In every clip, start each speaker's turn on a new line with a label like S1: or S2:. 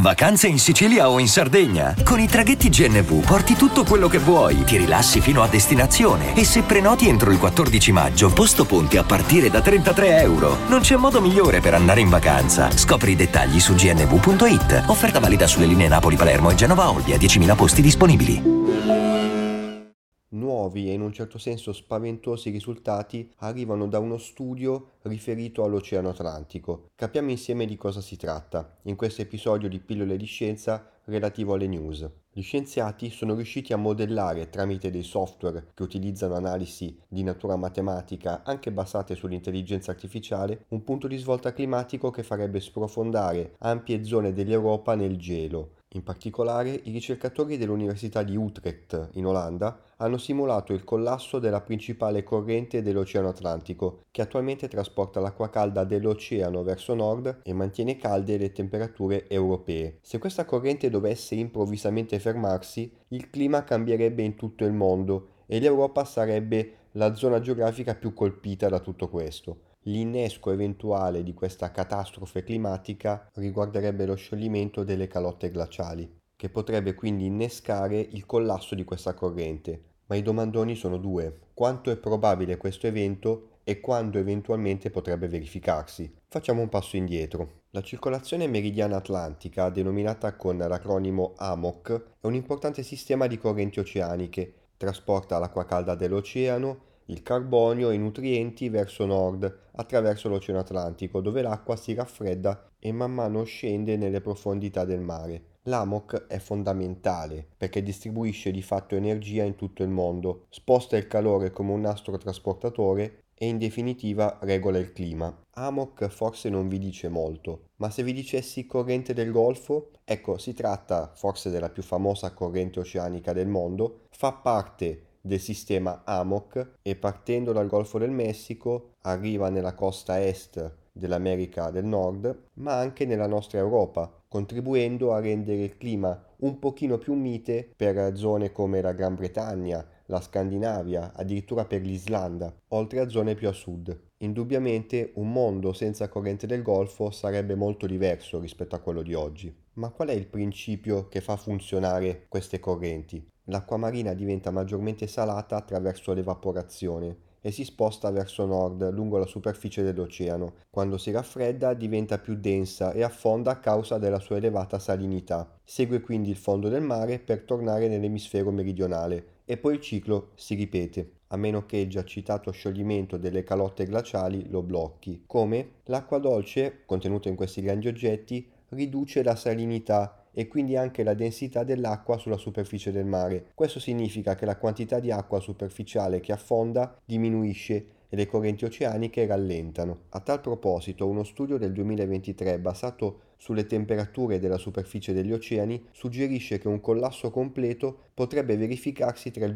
S1: Vacanze in Sicilia o in Sardegna? Con i traghetti GNV porti tutto quello che vuoi, ti rilassi fino a destinazione e se prenoti entro il 14 maggio, posto ponti a partire da €33. Non c'è modo migliore per andare in vacanza. Scopri i dettagli su gnv.it. Offerta valida sulle linee Napoli-Palermo e Genova-Olbia, 10.000 posti disponibili.
S2: Nuovi e in un certo senso spaventosi risultati arrivano da uno studio riferito all'Oceano Atlantico. Capiamo insieme di cosa si tratta in questo episodio di Pillole di Scienza relativo alle news. Gli scienziati sono riusciti a modellare tramite dei software che utilizzano analisi di natura matematica anche basate sull'intelligenza artificiale un punto di svolta climatico che farebbe sprofondare ampie zone dell'Europa nel gelo. In particolare, i ricercatori dell'Università di Utrecht, in Olanda, hanno simulato il collasso della principale corrente dell'Oceano Atlantico, che attualmente trasporta l'acqua calda dell'oceano verso nord e mantiene calde le temperature europee. Se questa corrente dovesse improvvisamente fermarsi, il clima cambierebbe in tutto il mondo e l'Europa sarebbe la zona geografica più colpita da tutto questo. L'innesco eventuale di questa catastrofe climatica riguarderebbe lo scioglimento delle calotte glaciali, che potrebbe quindi innescare il collasso di questa corrente. Ma i domandoni sono due: quanto è probabile questo evento e quando eventualmente potrebbe verificarsi? Facciamo un passo indietro. La circolazione meridiana atlantica, denominata con l'acronimo AMOC, è un importante sistema di correnti oceaniche. Trasporta l'acqua calda dell'oceano, il carbonio e i nutrienti verso nord attraverso l'Oceano Atlantico, dove l'acqua si raffredda e man mano scende nelle profondità del mare. L'AMOC è fondamentale perché distribuisce di fatto energia in tutto il mondo, sposta il calore come un nastro trasportatore e in definitiva regola il clima. AMOC forse non vi dice molto, ma se vi dicessi corrente del Golfo, ecco, si tratta forse della più famosa corrente oceanica del mondo, fa parte del sistema AMOC e partendo dal Golfo del Messico arriva nella costa est dell'America del Nord, ma anche nella nostra Europa, contribuendo a rendere il clima un pochino più mite per zone come la Gran Bretagna, la Scandinavia, addirittura per l'Islanda, oltre a zone più a sud. Indubbiamente un mondo senza corrente del Golfo sarebbe molto diverso rispetto a quello di oggi. Ma qual è il principio che fa funzionare queste correnti? L'acqua marina diventa maggiormente salata attraverso l'evaporazione e si sposta verso nord lungo la superficie dell'oceano. Quando si raffredda diventa più densa e affonda a causa della sua elevata salinità. Segue quindi il fondo del mare per tornare nell'emisfero meridionale e poi il ciclo si ripete, a meno che il già citato scioglimento delle calotte glaciali lo blocchi. Come? L'acqua dolce, contenuta in questi grandi oggetti, riduce la salinità e quindi anche la densità dell'acqua sulla superficie del mare. Questo significa che la quantità di acqua superficiale che affonda diminuisce e le correnti oceaniche rallentano. A tal proposito, uno studio del 2023 basato sulle temperature della superficie degli oceani suggerisce che un collasso completo potrebbe verificarsi tra il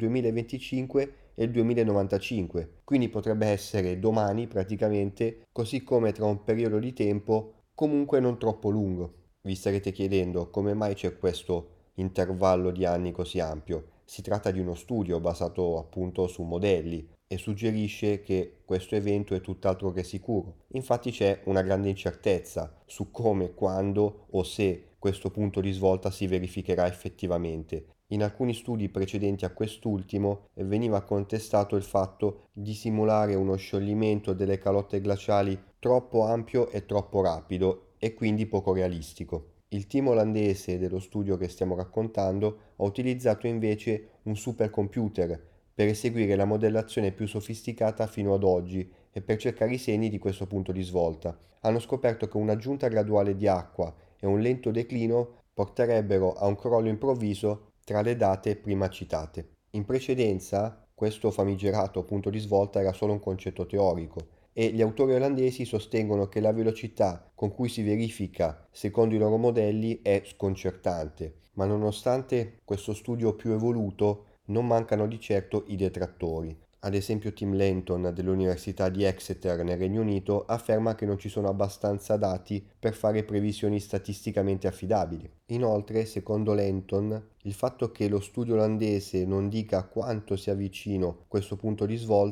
S2: 2025 e il 2095, quindi potrebbe essere domani praticamente, così come tra un periodo di tempo comunque non troppo lungo. Vi starete chiedendo come mai c'è questo intervallo di anni così ampio. Si tratta di uno studio basato appunto su modelli e suggerisce che questo evento è tutt'altro che sicuro. Infatti c'è una grande incertezza su come, quando o se questo punto di svolta si verificherà effettivamente. In alcuni studi precedenti a quest'ultimo veniva contestato il fatto di simulare uno scioglimento delle calotte glaciali troppo ampio e troppo rapido e quindi poco realistico. Il team olandese dello studio che stiamo raccontando ha utilizzato invece un supercomputer per eseguire la modellazione più sofisticata fino ad oggi e per cercare i segni di questo punto di svolta. Hanno scoperto che un'aggiunta graduale di acqua e un lento declino porterebbero a un crollo improvviso tra le date prima citate. In precedenza, questo famigerato punto di svolta era solo un concetto teorico e gli autori olandesi sostengono che la velocità con cui si verifica secondo i loro modelli è sconcertante, ma nonostante questo studio più evoluto non mancano di certo i detrattori. Ad esempio Tim Lenton dell'Università di Exeter nel Regno Unito afferma che non ci sono abbastanza dati per fare previsioni statisticamente affidabili. Inoltre, secondo Lenton, il fatto che lo studio olandese non dica quanto sia vicino questo punto di svolta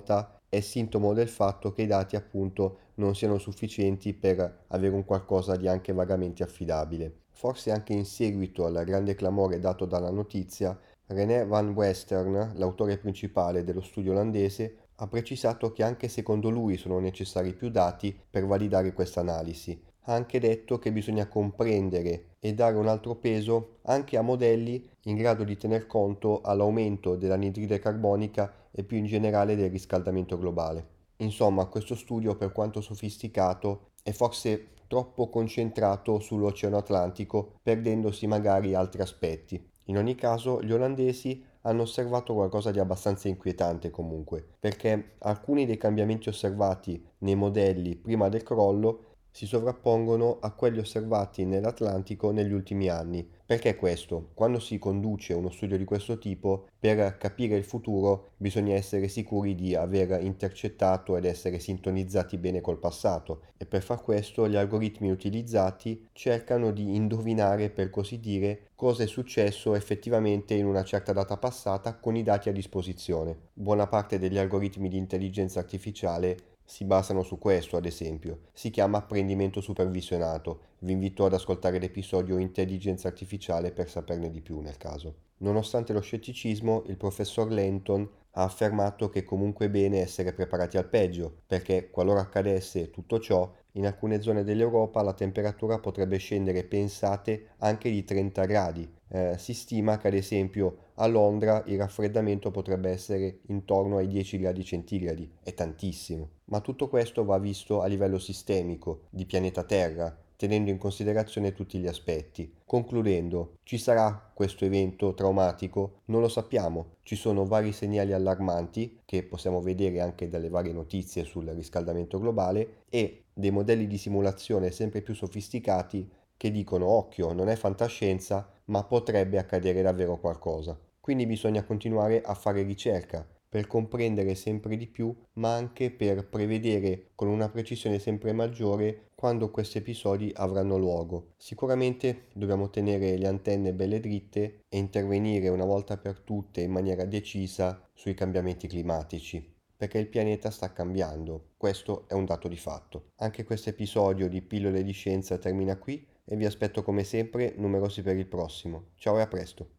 S2: è sintomo del fatto che i dati appunto non siano sufficienti per avere un qualcosa di anche vagamente affidabile. Forse anche in seguito al grande clamore dato dalla notizia, René van Western, l'autore principale dello studio olandese, ha precisato che anche secondo lui sono necessari più dati per validare questa analisi. Ha anche detto che bisogna comprendere e dare un altro peso anche a modelli in grado di tener conto all'aumento dell'anidride carbonica e più in generale del riscaldamento globale. Insomma, questo studio, per quanto sofisticato, è forse troppo concentrato sull'Oceano Atlantico, perdendosi magari altri aspetti. In ogni caso, gli olandesi hanno osservato qualcosa di abbastanza inquietante comunque, perché alcuni dei cambiamenti osservati nei modelli prima del crollo si sovrappongono a quelli osservati nell'Atlantico negli ultimi anni. Perché questo? Quando si conduce uno studio di questo tipo, per capire il futuro bisogna essere sicuri di aver intercettato ed essere sintonizzati bene col passato e per far questo gli algoritmi utilizzati cercano di indovinare, per così dire, cosa è successo effettivamente in una certa data passata con i dati a disposizione. Buona parte degli algoritmi di intelligenza artificiale si basano su questo, ad esempio. Si chiama apprendimento supervisionato. Vi invito ad ascoltare l'episodio Intelligenza artificiale per saperne di più nel caso. Nonostante lo scetticismo, il professor Lenton ha affermato che comunque è bene essere preparati al peggio, perché qualora accadesse tutto ciò, in alcune zone dell'Europa la temperatura potrebbe scendere, pensate, anche di 30 gradi. Si stima che ad esempio a Londra il raffreddamento potrebbe essere intorno ai 10 gradi centigradi, è tantissimo. Ma tutto questo va visto a livello sistemico, di pianeta Terra, tenendo in considerazione tutti gli aspetti. Concludendo, ci sarà questo evento traumatico? Non lo sappiamo. Ci sono vari segnali allarmanti che possiamo vedere anche dalle varie notizie sul riscaldamento globale e dei modelli di simulazione sempre più sofisticati che dicono occhio, non è fantascienza, ma potrebbe accadere davvero qualcosa. Quindi bisogna continuare a fare ricerca per comprendere sempre di più, ma anche per prevedere con una precisione sempre maggiore quando questi episodi avranno luogo. Sicuramente dobbiamo tenere le antenne belle dritte e intervenire una volta per tutte in maniera decisa sui cambiamenti climatici, perché il pianeta sta cambiando, questo è un dato di fatto. Anche questo episodio di Pillole di Scienza termina qui e vi aspetto come sempre numerosi per il prossimo. Ciao e a presto!